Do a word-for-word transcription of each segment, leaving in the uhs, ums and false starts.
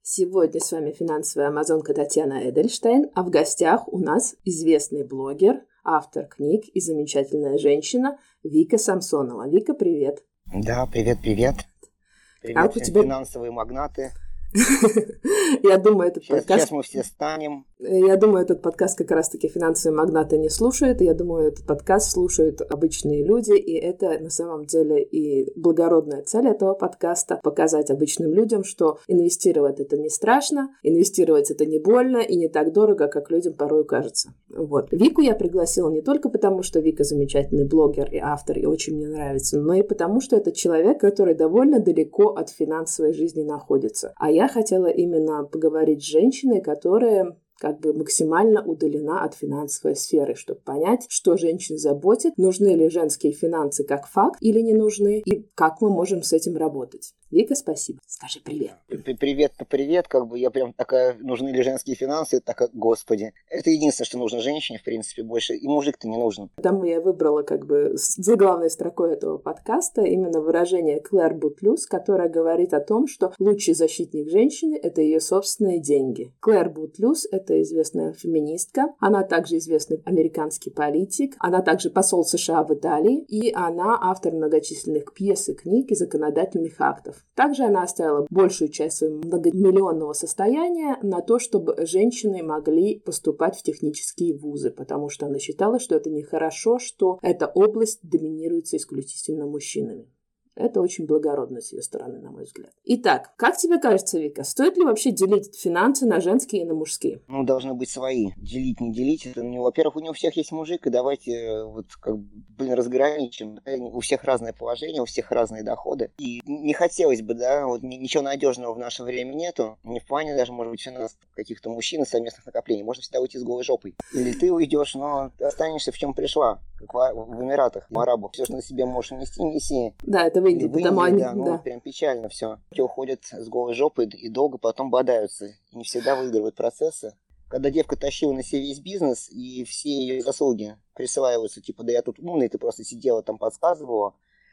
Сегодня с вами финансовая амазонка Татьяна Эдельштейн, а в гостях у нас известный блогер, автор книг и замечательная женщина Вика Самсонова. Вика, привет. Да, привет-привет. Привет, как у тебя... финансовые магнаты. Я думаю, этот сейчас, подкаст... Сейчас мы все станем. Я думаю, этот подкаст как раз-таки финансовые магнаты не слушают. Я думаю, этот подкаст слушают обычные люди. И это на самом деле и благородная цель этого подкаста — показать обычным людям, что инвестировать это не страшно, инвестировать это не больно и не так дорого, как людям порой кажется. Вот. Вику я пригласила не только потому, что Вика замечательный блогер и автор, и очень мне нравится, но и потому, что это человек, который довольно далеко от финансовой жизни находится. А я хотела именно поговорить с женщиной, которая как бы максимально удалена от финансовой сферы, чтобы понять, что женщин заботит, нужны ли женские финансы как факт или не нужны, и как мы можем с этим работать. Вика, спасибо. Скажи привет. Привет-то привет, как бы я прям такая, нужны ли женские финансы, так, господи. Это единственное, что нужно женщине, в принципе, больше, и мужик-то не нужен. Потому я выбрала как бы за главной строкой этого подкаста именно выражение Клэр Бутлюс, которое говорит о том, что лучший защитник женщины — это ее собственные деньги. Клэр Бутлюс — это известная феминистка, она также известный американский политик, она также посол США в Италии, и она автор многочисленных пьес и книг и законодательных актов. Также она оставила большую часть своего многомиллионного состояния на то, чтобы женщины могли поступать в технические вузы, потому что она считала, что это нехорошо, что эта область доминируется исключительно мужчинами. Это очень благородно с ее стороны, на мой взгляд. Итак, как тебе кажется, Вика, стоит ли вообще делить финансы на женские и на мужские? Ну, должны быть свои. Делить, не делить. Это, ну, во-первых, у него у всех есть мужик, и давайте вот как блин, разграничим. У всех разное положение, у всех разные доходы. И не хотелось бы, да, вот ничего надежного в наше время нету. Не в плане даже, может быть, финансов каких-то мужчин и совместных накоплений. Можно всегда уйти с голой жопой. Или ты уйдешь, но ты останешься в чем пришла. Как в, в Эмиратах, в Арабах. Все, что на себе можешь нести, неси. Да, это в Индии, в потому Индии, они... да, ну, да. прям печально все. Те уходят с голой жопой и долго потом бодаются. И не всегда выигрывают процессы. Когда девка тащила на себе весь бизнес, и все ее заслуги присваиваются, типа, да я тут умный, ты просто сидела там, подсказывала.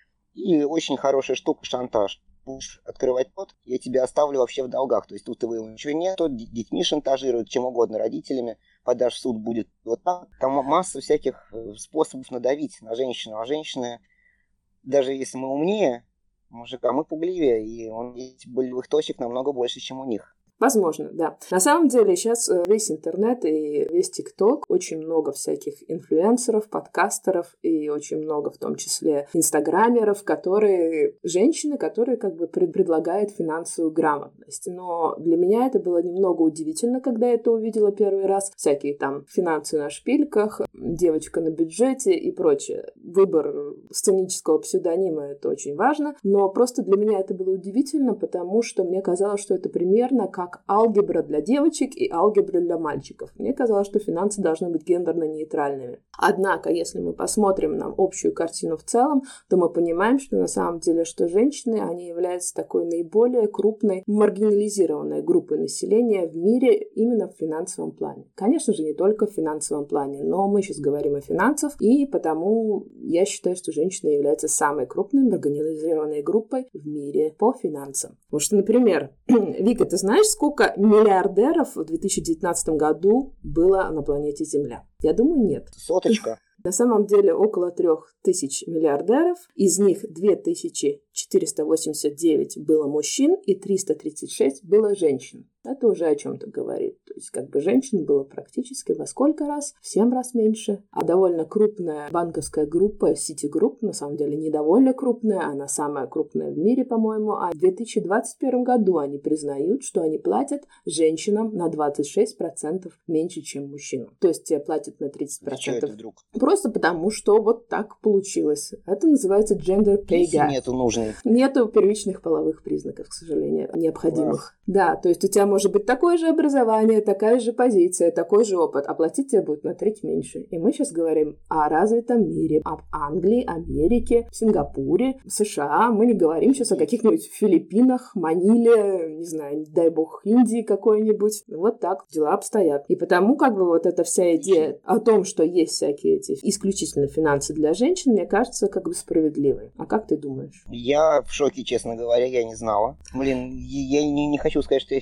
И очень хорошая штука — шантаж. Будешь открывать рот, я тебя оставлю вообще в долгах. То есть тут его ничего нет, детьми шантажируют, чем угодно, родителями. Подашь в суд, будет вот так. Там масса всяких способов надавить на женщину. А женщины, даже если мы умнее мужика, мы пугливее, и он есть болевых точек намного больше, чем у них. Возможно, да. На самом деле сейчас весь интернет и весь ТикТок, очень много всяких инфлюенсеров, подкастеров и очень много в том числе инстаграмеров, которые женщины, которые как бы пред- предлагают финансовую грамотность. Но для меня это было немного удивительно, когда я это увидела первый раз. Всякие там финансы на шпильках, девочка на бюджете и прочее. Выбор сценического псевдонима — это очень важно, но просто для меня это было удивительно, потому что мне казалось, что это примерно как как алгебра для девочек и алгебра для мальчиков. Мне казалось, что финансы должны быть гендерно-нейтральными. Однако, если мы посмотрим на общую картину в целом, то мы понимаем, что на самом деле, что женщины, они являются такой наиболее крупной маргинализированной группой населения в мире именно в финансовом плане. Конечно же, не только в финансовом плане, но мы сейчас говорим о финансах, и потому я считаю, что женщины являются самой крупной маргинализированной группой в мире по финансам. Потому что, например, Вика, ты знаешь, сколько миллиардеров в две тысячи девятнадцатом году было на планете Земля? Я думаю, нет. Соточка. На самом деле около трех тысяч миллиардеров, из них две тысячи четыреста восемьдесят девять было мужчин и триста тридцать шесть было женщин. Это уже о чем-то говорит. То есть как бы женщин было практически во сколько раз? В семь раз меньше. А довольно крупная банковская группа Citigroup, на самом деле не довольно крупная, она самая крупная в мире, по-моему. А в две тысячи двадцать первом году они признают, что они платят женщинам на двадцать шесть процентов меньше, чем мужчинам. То есть те платят на тридцать процентов. Что это вдруг? Просто потому, что вот так получилось. Это называется gender pay gap. Нету нужной. Нету первичных половых признаков, к сожалению, необходимых. Класс. Да, то есть у тебя может быть такое же образование, такая же позиция, такой же опыт, а платить тебе будет на треть меньше. И мы сейчас говорим о развитом мире, об Англии, Америке, Сингапуре, США. Мы не говорим сейчас о каких-нибудь Филиппинах, Маниле, не знаю, дай бог, Индии какой-нибудь. Вот так дела обстоят. И потому как бы вот эта вся идея о том, что есть всякие эти исключительно финансы для женщин, мне кажется, как бы справедливой. А как ты думаешь? Я в шоке, честно говоря, я не знала. Блин, я не, не хочу сказать, что я феминист,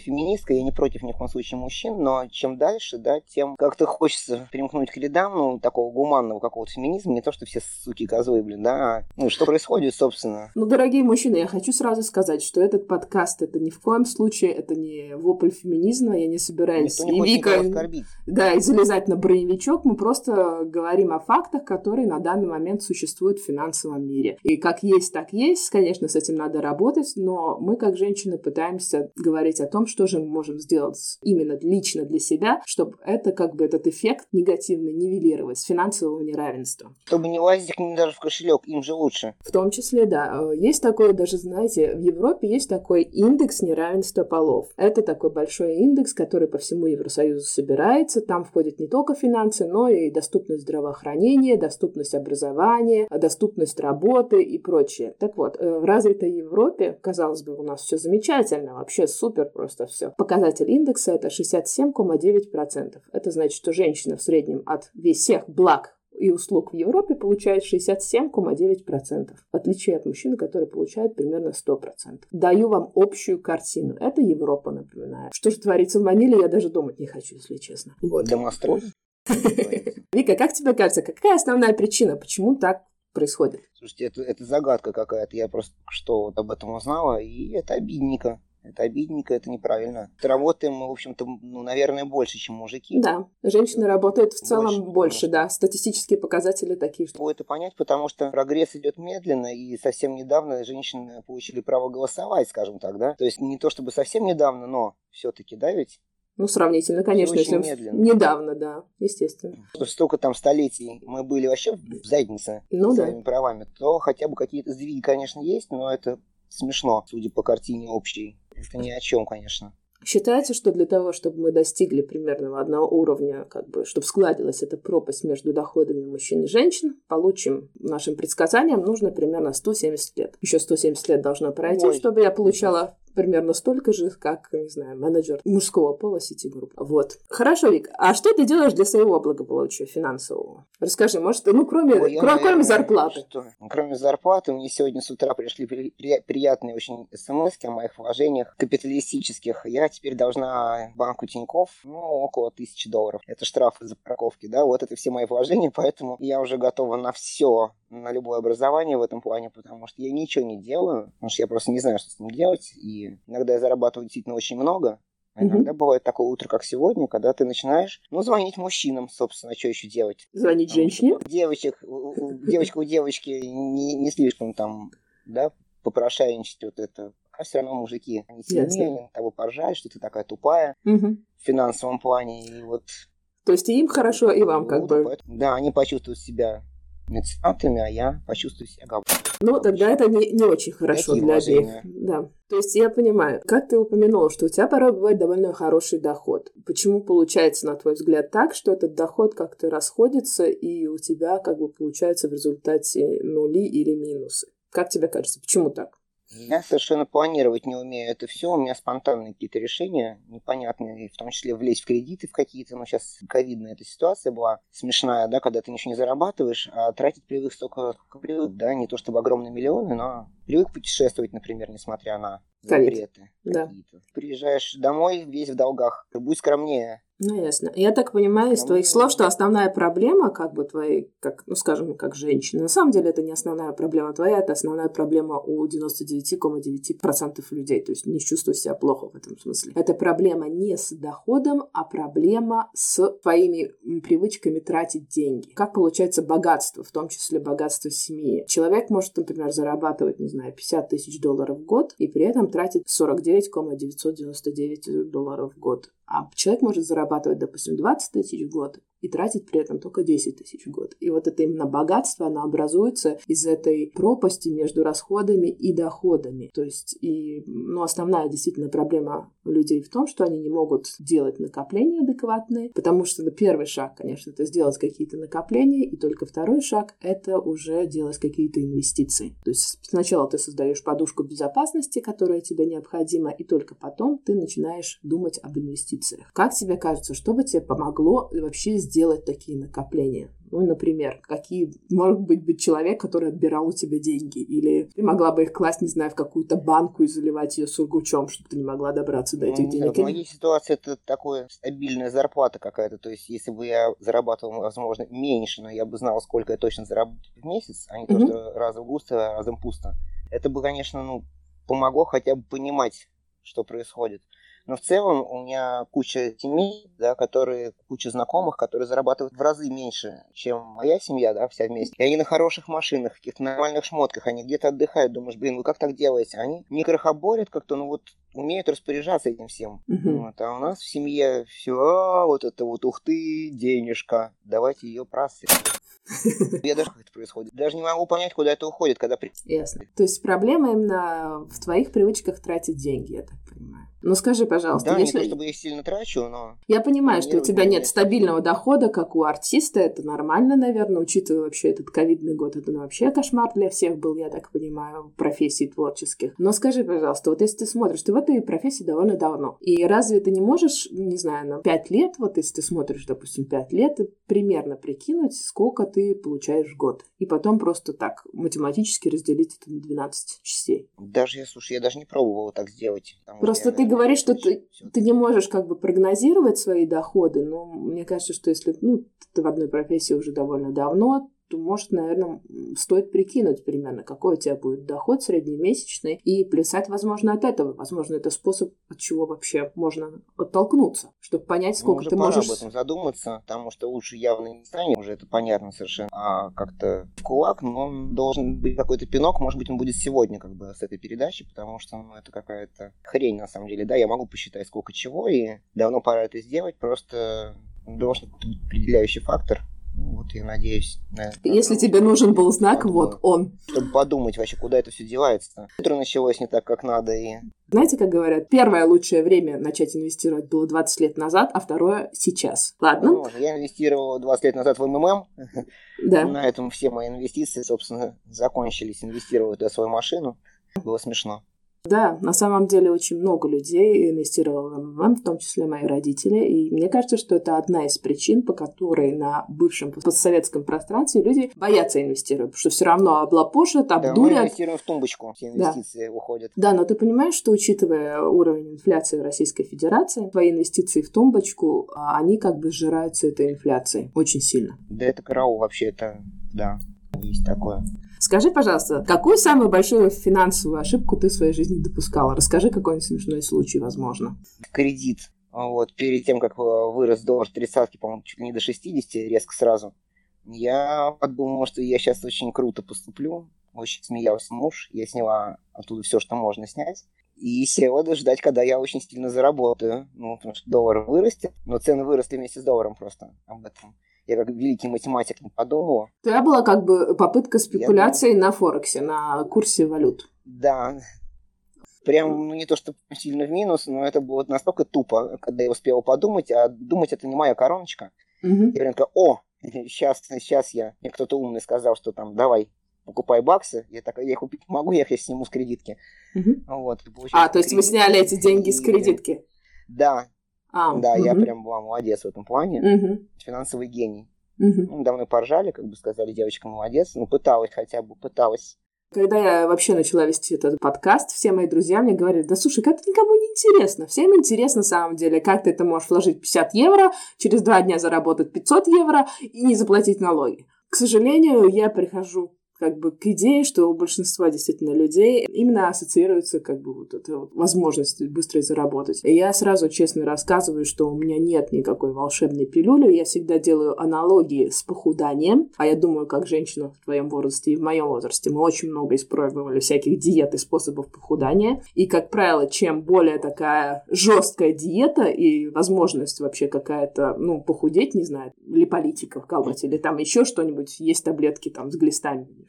феминистка, я не против ни в коем случае мужчин, но чем дальше, да, тем как-то хочется примкнуть к рядам, ну, такого гуманного какого-то феминизма, не то, что все суки козлы, блин, да, а, ну, что происходит, собственно. Ну, дорогие мужчины, я хочу сразу сказать, что этот подкаст, это ни в коем случае, это не вопль феминизма, я не собираюсь Никто не и Вика, оскорбить. Да, и залезать на броневичок, мы просто говорим о фактах, которые на данный момент существуют в финансовом мире. И как есть, так есть, конечно, с этим надо работать, но мы, как женщины, пытаемся говорить о том, что же мы можем сделать именно лично для себя, чтобы это, как бы, этот эффект негативно нивелировать с финансового неравенства. Чтобы не лазить к ним даже в кошелек, им же лучше. В том числе, да. Есть такое, даже, знаете, в Европе есть такой индекс неравенства полов. Это такой большой индекс, который по всему Евросоюзу собирается. Там входят не только финансы, но и доступность здравоохранения, доступность образования, доступность работы и прочее. Так вот, в развитой Европе, казалось бы, у нас все замечательно, вообще супер просто все. Показатель индекса — это шестьдесят семь целых девять десятых процента. Это значит, что женщина в среднем от всех благ и услуг в Европе получает шестьдесят семь целых девять десятых процента, в отличие от мужчин, которые получают примерно сто процентов. Даю вам общую картину. Это Европа, напоминаю. Что же творится в Маниле, я даже думать не хочу, если честно. Вот. Демонстрируй. Вика, как тебе кажется, какая основная причина, почему так происходит? Слушайте, это, это загадка какая-то. Я просто что вот об этом узнала, и это обидненько. Это обидненько, это неправильно. Работаем мы, в общем-то, ну, наверное, больше, чем мужики. Да, женщины работают в целом больше, больше, что... да. Статистические показатели такие. Что... Это понять, потому что прогресс идет медленно, и совсем недавно женщины получили право голосовать, скажем так, да. То есть не то чтобы совсем недавно, но все-таки, да, ведь? Ну, сравнительно, конечно, если медленно. Недавно, да, естественно. Что столько там столетий мы были вообще в заднице ну, своими да. правами, то хотя бы какие-то сдвиги, конечно, есть, но это смешно, судя по картине общей. Это ни о чем, конечно. Считается, что для того, чтобы мы достигли примерно одного уровня, как бы, чтобы складилась эта пропасть между доходами мужчин и женщин, получим нашим предсказаниям, нужно примерно сто семьдесят лет. Еще сто семьдесят лет должно пройти, Ой. чтобы я получала примерно столько же, как, не знаю, менеджер мужского пола Citigroup. Вот. Хорошо, Вик, а что ты делаешь для своего благополучия финансового? Расскажи, может, ну, кроме, Ой, кроме, наверное, кроме зарплаты. Что? Кроме зарплаты, мне сегодня с утра пришли при, при, приятные очень смс о моих вложениях капиталистических. Я теперь должна банку Тинькофф, ну, около тысячи долларов. Это штраф за парковки, да, вот это все мои вложения, поэтому я уже готова на все, на любое образование в этом плане, потому что я ничего не делаю, потому что я просто не знаю, что с ним делать, и иногда я зарабатываю действительно очень много, а иногда mm-hmm. бывает такое утро, как сегодня, когда ты начинаешь, ну, звонить мужчинам, собственно, что еще делать? Звонить женщине? Девочек, девочка у девочки не, не слишком там, да, попрошайничать вот это. А все равно мужики, они сильнее, они на того поржают, что ты такая тупая mm-hmm. в финансовом плане, и вот... То есть и им хорошо, и вам как бы... Поэтому, да, они почувствуют себя меценатами, а я почувствую себя говном. Ну, тогда это не, не очень хорошо Такие для обеих. Да. То есть я понимаю, как ты упомянула, что у тебя порой бывает довольно хороший доход. Почему получается, на твой взгляд, так, что этот доход как-то расходится, и у тебя как бы получается в результате нули или минусы? Как тебе кажется, почему так? Я совершенно планировать не умею это все. У меня спонтанные какие-то решения непонятные, в том числе влезть в кредиты в какие-то. Ну, сейчас ковидная эта ситуация была смешная, да, когда ты ничего не зарабатываешь, а тратить привык столько, сколько привык, да, не то чтобы огромные миллионы, но привык путешествовать, например, несмотря на запреты да. какие-то. Приезжаешь домой весь в долгах, будь скромнее. Ну, ясно. Я так понимаю из твоих слов, что основная проблема, как бы твоей, как, ну, скажем, как женщины, на самом деле это не основная проблема твоя, это основная проблема у девяносто девять целых девять десятых процента людей, то есть не чувствуй себя плохо в этом смысле. Это проблема не с доходом, а проблема с твоими привычками тратить деньги. Как получается богатство, в том числе богатство семьи. Человек может, например, зарабатывать, не знаю, пятьдесят тысяч долларов в год и при этом тратить сорок девять целых девятьсот девяносто девять долларов в год. А человек может зарабатывать, допустим, двадцать тысяч в год и тратить при этом только десять тысяч в год. И вот это именно богатство, оно образуется из этой пропасти между расходами и доходами. То есть, и, ну, основная действительно проблема людей в том, что они не могут делать накопления адекватные, потому что ну, первый шаг, конечно, это сделать какие-то накопления, и только второй шаг — это уже делать какие-то инвестиции. То есть сначала ты создаешь подушку безопасности, которая тебе необходима, и только потом ты начинаешь думать об инвестициях. Как тебе кажется, что бы тебе помогло вообще сделать сделать такие накопления? Ну, например, какие, может быть, быть человек, который отбирал у тебя деньги, или ты могла бы их класть, не знаю, в какую-то банку и заливать ее сургучом, чтобы ты не могла добраться до этих Ну, денег. в моей ситуации это такая стабильная зарплата какая-то, то есть если бы я зарабатывал, возможно, меньше, но я бы знал, сколько я точно заработаю в месяц, а не то, Мгм. что разом густо, а разом пусто, это бы, конечно, ну, помогло хотя бы понимать, что происходит. Но в целом у меня куча семей, да, которые, куча знакомых, которые зарабатывают в разы меньше, чем моя семья, да, вся вместе. И они на хороших машинах, в каких-то нормальных шмотках, они где-то отдыхают. Думаешь, блин, вы как так делаете? Они не крохоборят как-то, ну вот умеют распоряжаться этим всем. Мгм. Вот. А у нас в семье все, а, вот это вот, ух ты, денежка, давайте ее просыпать. Я даже как это происходит. Даже не могу понять, куда это уходит, когда при... Ясно. То есть проблема именно в твоих привычках тратить деньги, я так понимаю. Ну скажи, пожалуйста, Да, если... не то чтобы я их сильно трачу, но... Я понимаю, что у планировать тебя не нет умею. стабильного дохода, как у артиста, это нормально, наверное, учитывая вообще этот ковидный год, это ну, вообще кошмар для всех был, я так понимаю, профессий творческих. Но скажи, пожалуйста, вот если ты смотришь, ты в этой профессии довольно давно, и разве ты не можешь, не знаю, на пять лет, вот если ты смотришь, допустим, пять лет, примерно прикинуть, сколько ты получаешь в год, и потом просто так математически разделить это на двенадцать частей? Даже, я, слушай, я даже не пробовал так сделать. потому что Просто я, ты наверное, говоришь, что всё- ты, всё- ты не можешь как бы прогнозировать свои доходы, но мне кажется, что если ну, ты в одной профессии уже довольно давно, то, может, наверное, стоит прикинуть примерно, какой у тебя будет доход среднемесячный, и плясать, возможно, от этого. Возможно, это способ, от чего вообще можно оттолкнуться, чтобы понять, Ну, сколько уже ты пора можешь... об этом задуматься, потому что лучше явно не станет, уже это понятно совершенно. А как-то в кулак, но должен быть какой-то пинок, может быть, он будет сегодня как бы с этой передачи, потому что ну, это какая-то хрень на самом деле. Да, я могу посчитать сколько чего, и давно пора это сделать, просто должен быть определяющий фактор. Вот я надеюсь на это. Если тебе нужен был знак, Подумаю. вот он. Чтобы подумать вообще, куда это все девается. Утро началось не так, как надо, и... Знаете, как говорят, первое лучшее время начать инвестировать было двадцать лет назад, а второе сейчас. Ладно? Возможно. Я инвестировал двадцать лет назад в эм эм эм. Да. На этом все мои инвестиции, собственно, закончились. Инвестировал я свою машину. Было смешно. Да, на самом деле очень много людей инвестировало в эм эм эм, в том числе мои родители, и мне кажется, что это одна из причин, по которой на бывшем постсоветском пространстве люди боятся инвестировать, потому что все равно облапошат, Да, мы обдурят. инвестируем в тумбочку. Все инвестиции уходят. Да, но ты понимаешь, что, учитывая уровень инфляции в Российской Федерации, твои инвестиции в тумбочку, а, они как бы сжираются этой инфляцией очень сильно. Да это караул вообще, это... Да, есть такое. Скажи, пожалуйста, какую самую большую финансовую ошибку ты в своей жизни допускала? Расскажи какой-нибудь смешной случай, возможно. Кредит. Вот, перед тем, как вырос доллар тридцатки, по-моему, чуть ли не до шестидесяти, резко сразу, я подумал, что я сейчас очень круто поступлю. Очень смеялся муж. Я сняла оттуда все, что можно снять. И села ждать, когда я очень сильно заработаю. Ну, потому что доллар вырастет. Но цены выросли вместе с долларом просто об этом. Я как великий математик не подумала. У тебя была как бы попытка спекуляции я... на Форексе, на курсе валют. Да. Прям, ну, не то, что сильно в минус, но это было настолько тупо, когда я успела подумать, а думать это не моя короночка. Угу. Я прям такая, о, сейчас, сейчас я. Мне кто-то умный сказал, что там, давай, покупай баксы. Я так, я их купить могу, я их сниму с кредитки. Угу. Вот, а, то есть кредит, вы сняли эти деньги и... с кредитки? Да. А, да, угу. я прям была молодец в этом плане. Угу. Финансовый гений. Угу. Ну, давно поржали, как бы сказали, девочка молодец. Ну, пыталась хотя бы, пыталась. Когда я вообще начала вести этот подкаст, все мои друзья мне говорили, да слушай, как это никому не интересно. Всем интересно на самом деле, как ты это можешь вложить пятьдесят евро, через два дня заработать пятьсот евро и не заплатить налоги. К сожалению, я прихожу как бы к идее, что у большинства действительно людей именно ассоциируется как бы вот эта вот возможность быстро заработать. И я сразу честно рассказываю, что у меня нет никакой волшебной пилюли, я всегда делаю аналогии с похуданием, а я думаю, как женщина в твоем возрасте и в моем возрасте, мы очень много испробовали всяких диет и способов похудания, и, как правило, чем более такая жесткая диета и возможность вообще какая-то, ну, похудеть, не знаю, липолитика вкалывать или там еще что-нибудь, есть таблетки там с глистами,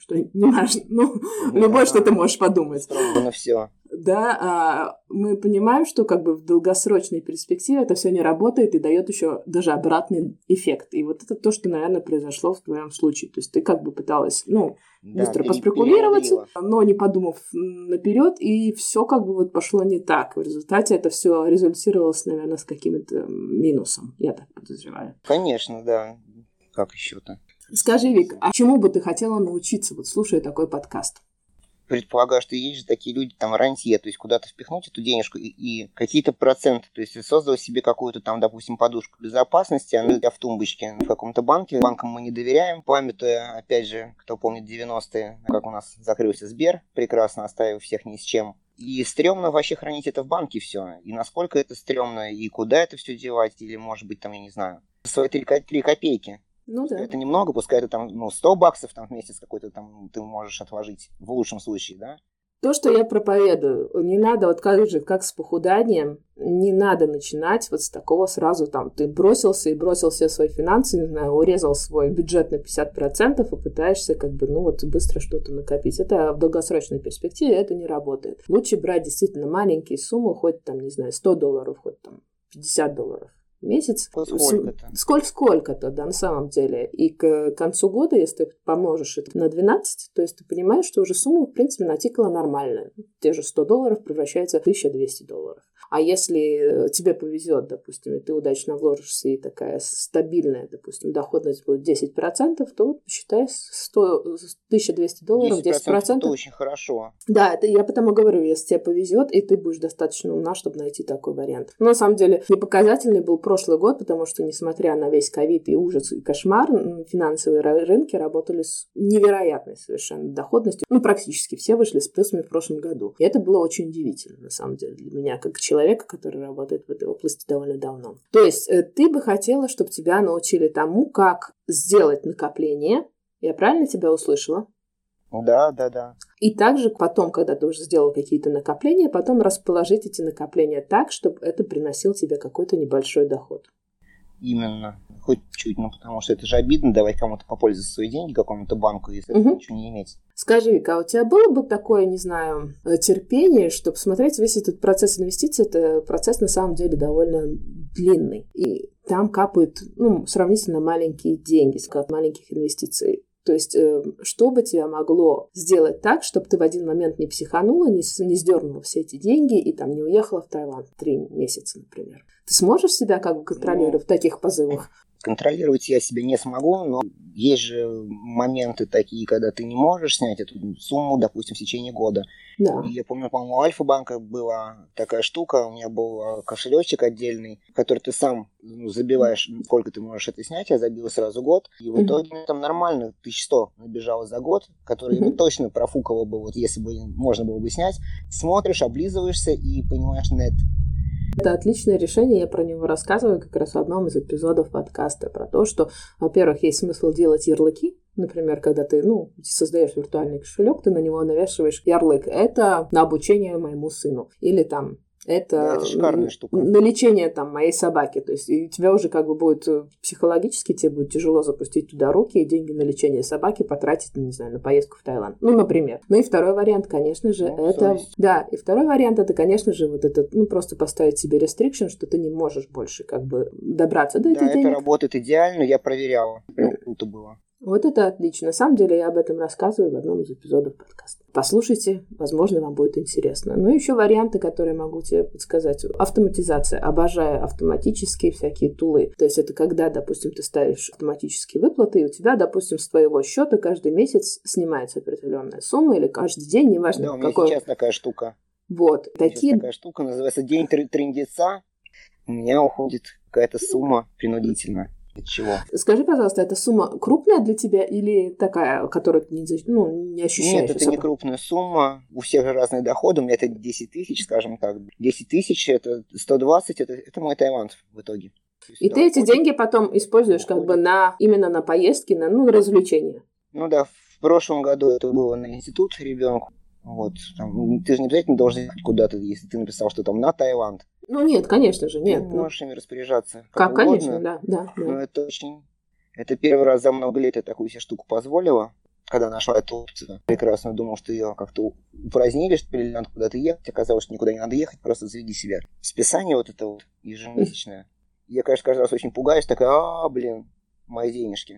что не важно, ну, ну любое, да, что ты можешь подумать. Ну, все. Да, а мы понимаем, что как бы в долгосрочной перспективе это все не работает и дает еще даже обратный эффект. И вот это то, что, наверное, произошло в твоем случае. То есть ты как бы пыталась, ну, да, быстро поспекулировать, но не подумав наперед, и все как бы вот пошло не так. В результате это все результировалось, наверное, с каким-то минусом, я так подозреваю. Конечно, да. Как еще-то? Скажи, Вик, а чему бы ты хотела научиться, вот слушая такой подкаст? Предполагаю, что есть же такие люди, там, рантье, то есть куда-то впихнуть эту денежку и, и какие-то проценты, то есть создал себе какую-то там, допустим, подушку безопасности, она у тебя в тумбочке в каком-то банке, банкам мы не доверяем, памятуя, опять же, кто помнит девяностые, как у нас закрылся Сбер, прекрасно оставив всех ни с чем. И стрёмно вообще хранить это в банке все, и насколько это стрёмно, и куда это все девать, или, может быть, там, я не знаю, свои три копейки. Ну да. Это немного, пускай это там, ну, сто баксов там в месяц какой-то там ты можешь отложить, в лучшем случае, да? То, что я проповедую, не надо, вот как же, как с похуданием, не надо начинать вот с такого сразу, там, ты бросился и бросил все свои финансы, не знаю, урезал свой бюджет на пятьдесят процентов и пытаешься как бы, ну, вот быстро что-то накопить. Это в долгосрочной перспективе это не работает. Лучше брать действительно маленькие суммы, хоть там, не знаю, сто долларов, хоть там пятьдесят долларов. Месяц. Сколько-то. Сколько, сколько-то, да, на самом деле. И к концу года, если ты поможешь это на двенадцать, то есть ты понимаешь, что уже сумма, в принципе, натикла нормальная. Те же сто долларов превращаются в тысяча двести долларов. А если тебе повезет, допустим, и ты удачно вложишься, и такая стабильная, допустим, доходность будет десять процентов, то вот посчитай сто, тысяча двести долларов, десять процентов. Это очень хорошо. Да, это я потому говорю, если тебе повезет, и ты будешь достаточно умна, чтобы найти такой вариант. Но на самом деле непоказательный был прошлый год, потому что, несмотря на весь ковид и ужас, и кошмар, финансовые рынки работали с невероятной совершенно доходностью. Ну, практически все вышли с плюсами в прошлом году. И это было очень удивительно, на самом деле, для меня, как человека. человека, который работает в этой области довольно давно. То есть ты бы хотела, чтобы тебя научили тому, как сделать накопление. Я правильно тебя услышала? Да, да, да. И также потом, когда ты уже сделал какие-то накопления, потом расположить эти накопления так, чтобы это приносило тебе какой-то небольшой доход. Именно. Хоть чуть, ну потому что это же обидно давать кому-то попользоваться свои деньги какому-то банку, если угу. это ничего не иметь. Скажи, Вика, а у тебя было бы такое, не знаю, терпение, чтобы смотреть весь этот процесс инвестиций? Это процесс на самом деле довольно длинный. И там капают, ну, сравнительно маленькие деньги, как маленьких инвестиций. То есть, э, что бы тебя могло сделать так, чтобы ты в один момент не психанула, не, не сдернула все эти деньги и там не уехала в Таиланд три месяца, например? Ты сможешь себя как бы контролировать ну, в таких позывах? Контролировать я себя не смогу, но есть же моменты такие, когда ты не можешь снять эту сумму, допустим, в течение года. Да. И я помню, по-моему, у Альфа-банка была такая штука, у меня был кошелечек отдельный, в который ты сам ну, забиваешь, сколько ты можешь это снять, я забил сразу год, и в итоге mm-hmm. там нормально тысяча сто набежало за год, который mm-hmm. точно профукало бы, вот если бы можно было бы снять. Смотришь, облизываешься и понимаешь нет. Это отличное решение, я про него рассказываю как раз в одном из эпизодов подкаста, про то, что, во-первых, есть смысл делать ярлыки. Например, когда ты, ну, создаешь виртуальный кошелек, ты на него навешиваешь ярлык. Это на обучение моему сыну. Или там это, да, это шикарная штука. На лечение там моей собаки. То есть и тебя уже как бы будет психологически, тебе будет тяжело запустить туда руки и деньги на лечение собаки потратить, не знаю, на поездку в Таиланд. Ну, например. Ну и второй вариант, конечно же, ну, это... Совесть. Да, и второй вариант, это, конечно же, вот этот, ну, просто поставить себе restriction, что ты не можешь больше как бы добраться до да, этих денег. Да, это работает идеально, я проверяла. Прям круто было. Вот это отлично. На самом деле я об этом рассказываю в одном из эпизодов подкаста. Послушайте, возможно, вам будет интересно. Ну и еще варианты, которые могу тебе подсказать. Автоматизация. Обожаю автоматические всякие тулы. То есть это когда, допустим, ты ставишь автоматические выплаты, и у тебя, допустим, с твоего счета каждый месяц снимается определенная сумма, или каждый день, неважно, да, у меня какой... сейчас такая штука. Вот. Такие... такая штука называется День трындеца. У меня уходит какая-то сумма принудительно. От чего? Скажи, пожалуйста, эта сумма крупная для тебя или такая, которую ты не, ну, не ощущаешь? Нет, это особо? Не крупная сумма. У всех же разные доходы. У меня это десять тысяч, скажем так. десять тысяч, это сто двадцать, это, это мой Таиланд в итоге. И ты эти деньги потом используешь уходит. как бы на, именно на поездки, на ну, развлечения? Ну да, в прошлом году это было на институт ребенку. Вот, там, ты же не обязательно должен ехать куда-то, если ты написал, что там на Таиланд. Ну нет, конечно же, нет. Ты можешь ими распоряжаться как, как конечно, угодно. да, да, да. Но это очень... Это первый раз за много лет я такую себе штуку позволила. когда нашла эту опцию, прекрасно думал, что ее как-то упразднили, что ли, надо куда-то ехать. Оказалось, что никуда не надо ехать, просто заведи себя. Списание вот это вот ежемесячное. Я, конечно, каждый раз очень пугаюсь, такая, а, блин, мои денежки.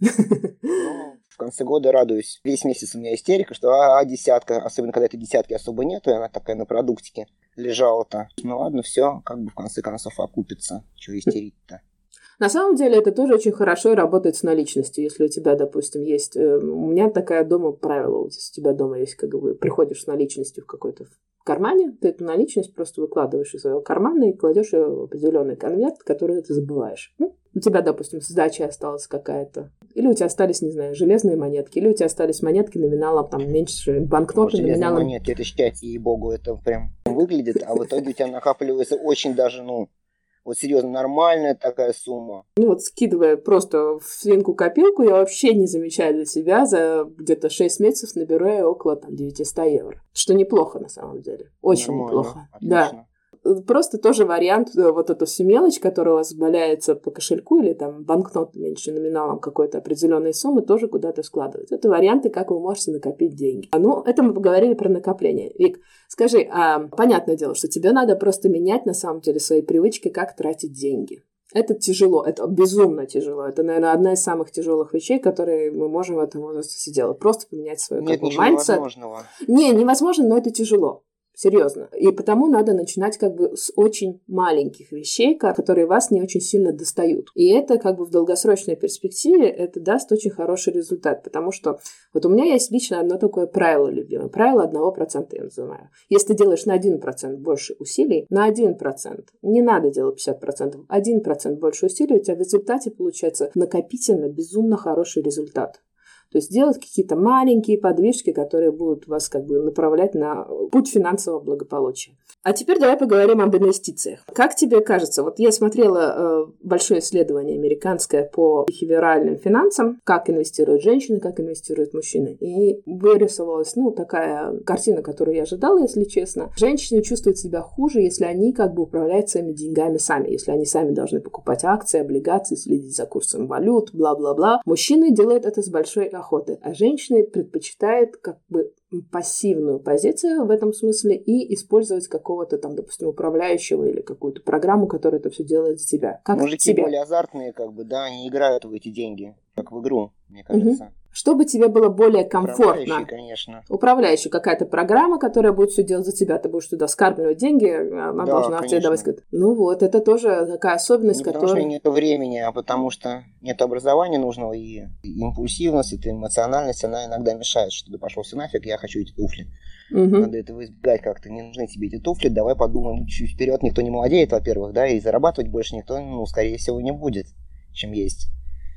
Ну, в конце года радуюсь. Весь месяц у меня истерика, что а, а десятка, особенно когда этой десятки особо нету, и она такая на продуктике лежала-то. Ну ладно, все, как бы в конце концов окупится. Чего истерить-то? На самом деле это тоже очень хорошо работает с наличностью. Если у тебя, допустим, есть... Э, у меня такая дома правило. Если у тебя дома есть, как бы, приходишь с наличностью в какой-то кармане, ты эту наличность просто выкладываешь из своего кармана и кладешь ее в определенный конверт, который ты забываешь. Ну, у тебя, допустим, сдача осталась какая-то. Или у тебя остались, не знаю, железные монетки, или у тебя остались монетки номиналом там меньше, банкноты вот, номиналом... монетки, это считать, ей-богу, это прям выглядит, а в итоге у тебя накапливается очень даже, ну, вот серьезно, нормальная такая сумма. Ну вот скидывая просто в свинку-копилку, я вообще не замечаю для себя, за где-то шесть месяцев набираю около там, девятьсот евро. Что неплохо на самом деле. Очень нормально, неплохо. Отлично. Да. Просто тоже вариант, вот эту всю мелочь, которая у вас валяется по кошельку, или там банкнот меньше номиналом какой-то определенной суммы, тоже куда-то складывать. Это варианты, как вы можете накопить деньги. Ну, это мы поговорили про накопление. Вик, скажи, а понятное дело, что тебе надо просто менять на самом деле свои привычки, как тратить деньги. Это тяжело, это безумно тяжело. Это, наверное, одна из самых тяжелых вещей, которые мы можем в этом возрасте сделать. Просто поменять свой Нет, ничего невозможного. Не, невозможно, но это тяжело. Серьезно. И потому надо начинать как бы с очень маленьких вещей, которые вас не очень сильно достают. И это как бы в долгосрочной перспективе это даст очень хороший результат. Потому что вот у меня есть лично одно такое правило любимое. Правило одного процента я называю. Если ты делаешь на один процент больше усилий, на один процент. Не надо делать пятьдесят процентов. один процент больше усилий, у тебя в результате получается накопительно безумно хороший результат. То есть делать какие-то маленькие подвижки, которые будут вас как бы направлять на путь финансового благополучия. А теперь давай поговорим об инвестициях. Как тебе кажется, вот я смотрела э, большое исследование американское по бихевиоральным финансам, как инвестируют женщины, как инвестируют мужчины. И вырисовалась, ну, такая картина, которую я ожидала, если честно. Женщины чувствуют себя хуже, если они как бы управляют своими деньгами сами, если они сами должны покупать акции, облигации, следить за курсом валют, бла-бла-бла. Мужчины делают это с большой охотой, а женщины предпочитают как бы пассивную позицию в этом смысле и использовать какого-то там, допустим, управляющего или какую-то программу, которая это все делает за тебя. Как Мужики тебе? более азартные, как бы, да, они играют в эти деньги, как в игру, мне кажется. Угу. Чтобы тебе было более комфортно. Управляющий, конечно. Управляющий, какая-то программа, которая будет все делать за тебя. Ты будешь туда скармливать деньги, она да, должна тебе давать. Ну вот, это тоже такая особенность, не которая... потому что нет времени, а потому что нет образования нужного, и импульсивность, и эмоциональность, она иногда мешает, что ты пошел все нафиг, я хочу эти туфли. Угу. Надо этого избегать как-то. Не нужны тебе эти туфли, давай подумаем чуть вперед. Никто не молодеет, во-первых, да, и зарабатывать больше никто, ну, скорее всего, не будет, чем есть.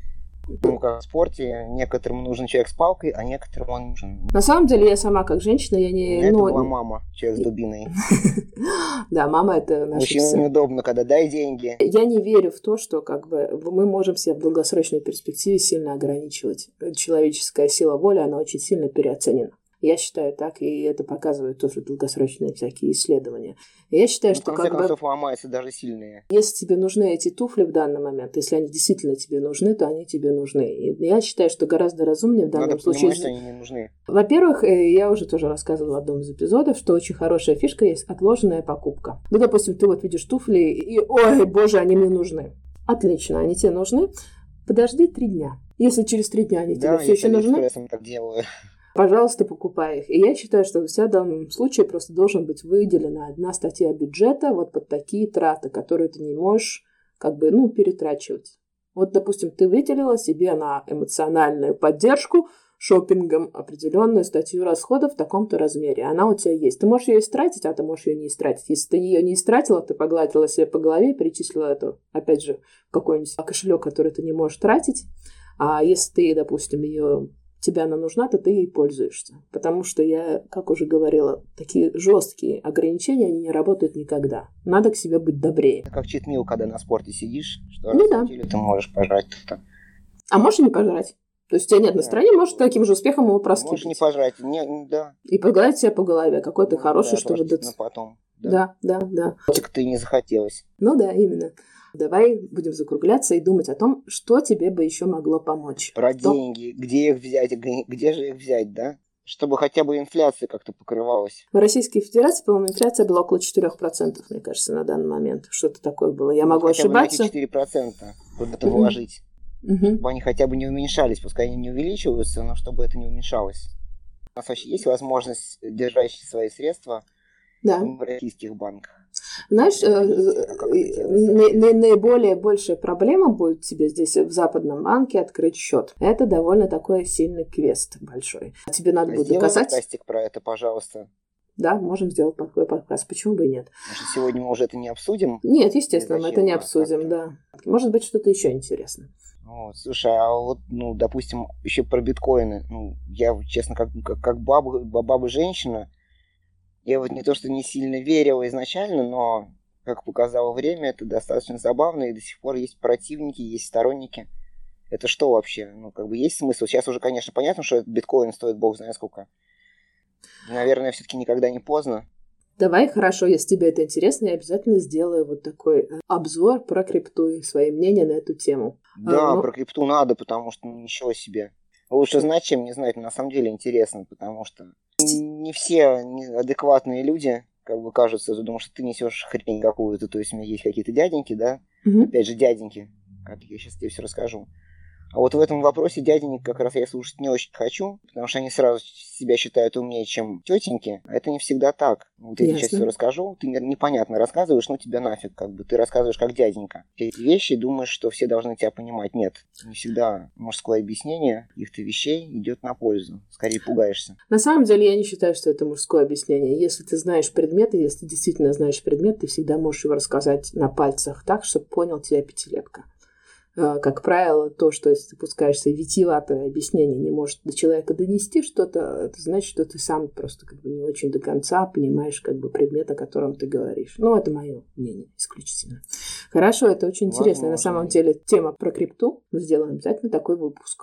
Ну, как в спорте, некоторым нужен человек с палкой, а некоторым он нужен. На самом деле, я сама как женщина, я не... Это ну... была мама, человек с дубиной. Да, мама это наша... Очень неудобно, когда дай деньги. Я не верю в то, что как бы мы можем себя в долгосрочной перспективе сильно ограничивать. Человеческая сила воли, она очень сильно переоценена. Я считаю так, и это показывают тоже долгосрочные всякие исследования. И я считаю, ну, что в конце как концов бы, ломаются даже сильные. Если тебе нужны эти туфли в данный момент, если они действительно тебе нужны, то они тебе нужны. И я считаю, что гораздо разумнее в данном Надо случае... понимать, что они не нужны. Во-первых, я уже тоже рассказывала в одном из эпизодов, что очень хорошая фишка есть отложенная покупка. Ну, допустим, ты вот видишь туфли, и, ой, боже, они мне нужны. Отлично, они тебе нужны. Подожди три дня. Если через три дня они да, тебе все еще нужны... Да, я так делаю. Пожалуйста, покупай их. И я считаю, что у тебя в данном случае просто должен быть выделена одна статья бюджета вот под такие траты, которые ты не можешь как бы, ну, перетрачивать. Вот, допустим, ты выделила себе на эмоциональную поддержку шопингом определенную статью расходов в таком-то размере. Она у тебя есть. Ты можешь ее истратить, а ты можешь ее не истратить. Если ты ее не истратила, ты погладила себе по голове и перечислила это, опять же, в какой-нибудь кошелек, который ты не можешь тратить. А если ты, допустим, ее... тебе она нужна, то ты ей пользуешься. Потому что я, как уже говорила, такие жесткие ограничения, они не работают никогда. Надо к себе быть добрее. Это как читмил, когда на спорте сидишь, что ну, раз да. в неделю ты можешь пожрать что-то. А можешь и не пожрать. То есть у тебя нет настроения, можешь таким же успехом его проскипить. Можешь не пожрать, не, да. И погладить себя по голове. Какой ты ну, хороший, да, что вы... Да, потом. Да, да, да. Так ты не захотелось. Ну да, именно. Давай будем закругляться и думать о том, что тебе бы еще могло помочь. Про Что... деньги, где их взять, где же их взять, да? Чтобы хотя бы инфляция как-то покрывалась. В Российской Федерации, по-моему, инфляция была около четыре процента, мне кажется, на данный момент. Что-то такое было. Я могу хотя ошибаться. Бы на эти четыре процента куда-то mm-hmm. вложить. Mm-hmm. Чтобы они хотя бы не уменьшались. Пускай они не увеличиваются, но чтобы это не уменьшалось. У нас вообще есть возможность держать свои средства да. в российских банках? Знаешь, наиболее большая проблема будет тебе здесь в западном банке открыть счет. Это довольно такой сильный квест большой. Тебе надо будет доказать... Сделай подкастик про это, пожалуйста. Да, можем сделать такой подкаст. Почему бы и нет? Может, сегодня мы уже это не обсудим? Нет, естественно, мы это не обсудим, да. Может быть, что-то еще интересное. Вот, слушай, а вот, ну, допустим, еще про биткоины. Ну, я, честно, как, как, как баба, баба-женщина, я вот не то, что не сильно верила изначально, но, как показало время, это достаточно забавно, и до сих пор есть противники, есть сторонники. Это что вообще? Ну, как бы есть смысл? Сейчас уже, конечно, понятно, что этот биткоин стоит бог знает сколько. Наверное, все-таки никогда не поздно. Давай, хорошо, если тебе это интересно, я обязательно сделаю вот такой обзор про крипту и свои мнения на эту тему. Да, а, ну... про крипту надо, потому что ну, ничего себе. Лучше знать, чем не знать. На самом деле интересно, потому что не все адекватные люди, как бы кажутся, потому что ты несешь хрень какую-то. То есть у меня есть какие-то дяденьки, да? Угу. Опять же, дяденьки. Как я сейчас тебе все расскажу. А вот в этом вопросе дяденек как раз я слушать не очень хочу, потому что они сразу себя считают умнее, чем тетеньки, а это не всегда так. Вот я тебе сейчас все расскажу, ты непонятно рассказываешь, ну тебя нафиг, как бы, ты рассказываешь как дяденька. Эти вещи думаешь, что все должны тебя понимать. Нет, не всегда мужское объяснение каких-то вещей идет на пользу, скорее пугаешься. На самом деле я не считаю, что это мужское объяснение. Если ты знаешь предмет, и если ты действительно знаешь предмет, ты всегда можешь его рассказать на пальцах так, чтобы понял тебя пятилетка. Как правило, то, что если ты пускаешься в витиеватое объяснение, не может до человека донести что-то, это значит, что ты сам просто как бы не очень до конца понимаешь как бы предмет, о котором ты говоришь. Ну, это мое мнение исключительно. Хорошо, это очень интересно. На самом деле, тема про крипту. Мы сделаем обязательно такой выпуск.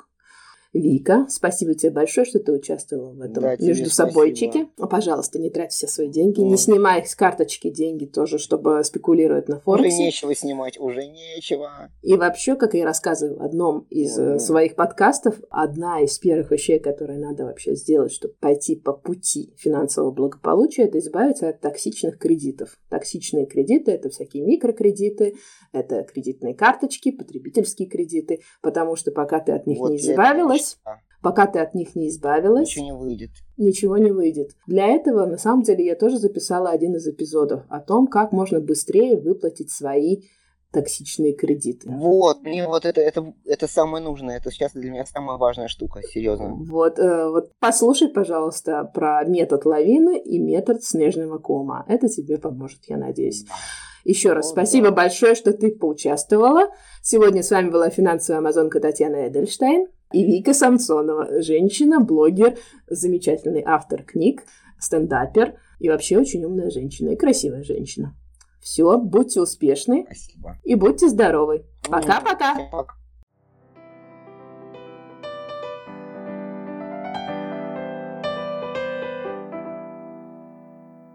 Вика, спасибо тебе большое, что ты участвовала в этом да, между собойчике. Пожалуйста, не трать все свои деньги, mm. не снимай с карточки деньги тоже, чтобы спекулировать на Форексе. Уже нечего снимать, уже нечего. И вообще, как я рассказываю в одном из mm. своих подкастов, одна из первых вещей, которые надо вообще сделать, чтобы пойти по пути финансового благополучия, это избавиться от токсичных кредитов. Токсичные кредиты – это всякие микрокредиты, это кредитные карточки, потребительские кредиты, потому что пока ты от них вот не избавилась, пока ты от них не избавилась, ничего не выйдет. Ничего не выйдет. Для этого, на самом деле, я тоже записала один из эпизодов о том, как можно быстрее выплатить свои токсичные кредиты. Вот, мне вот это, это, это самое нужное. Это сейчас для меня самая важная штука, серьезно. Вот, э, вот послушай, пожалуйста, про метод лавины и метод снежного кома. Это тебе поможет, я надеюсь. Еще раз, О, спасибо да. большое, что ты поучаствовала. Сегодня с вами была финансовая амазонка Татьяна Эдельштейн и Вика Самсонова, женщина, блогер, замечательный автор книг, стендапер и вообще очень умная женщина и красивая женщина. Все, будьте успешны. Спасибо. И будьте здоровы. Пока-пока. Пока.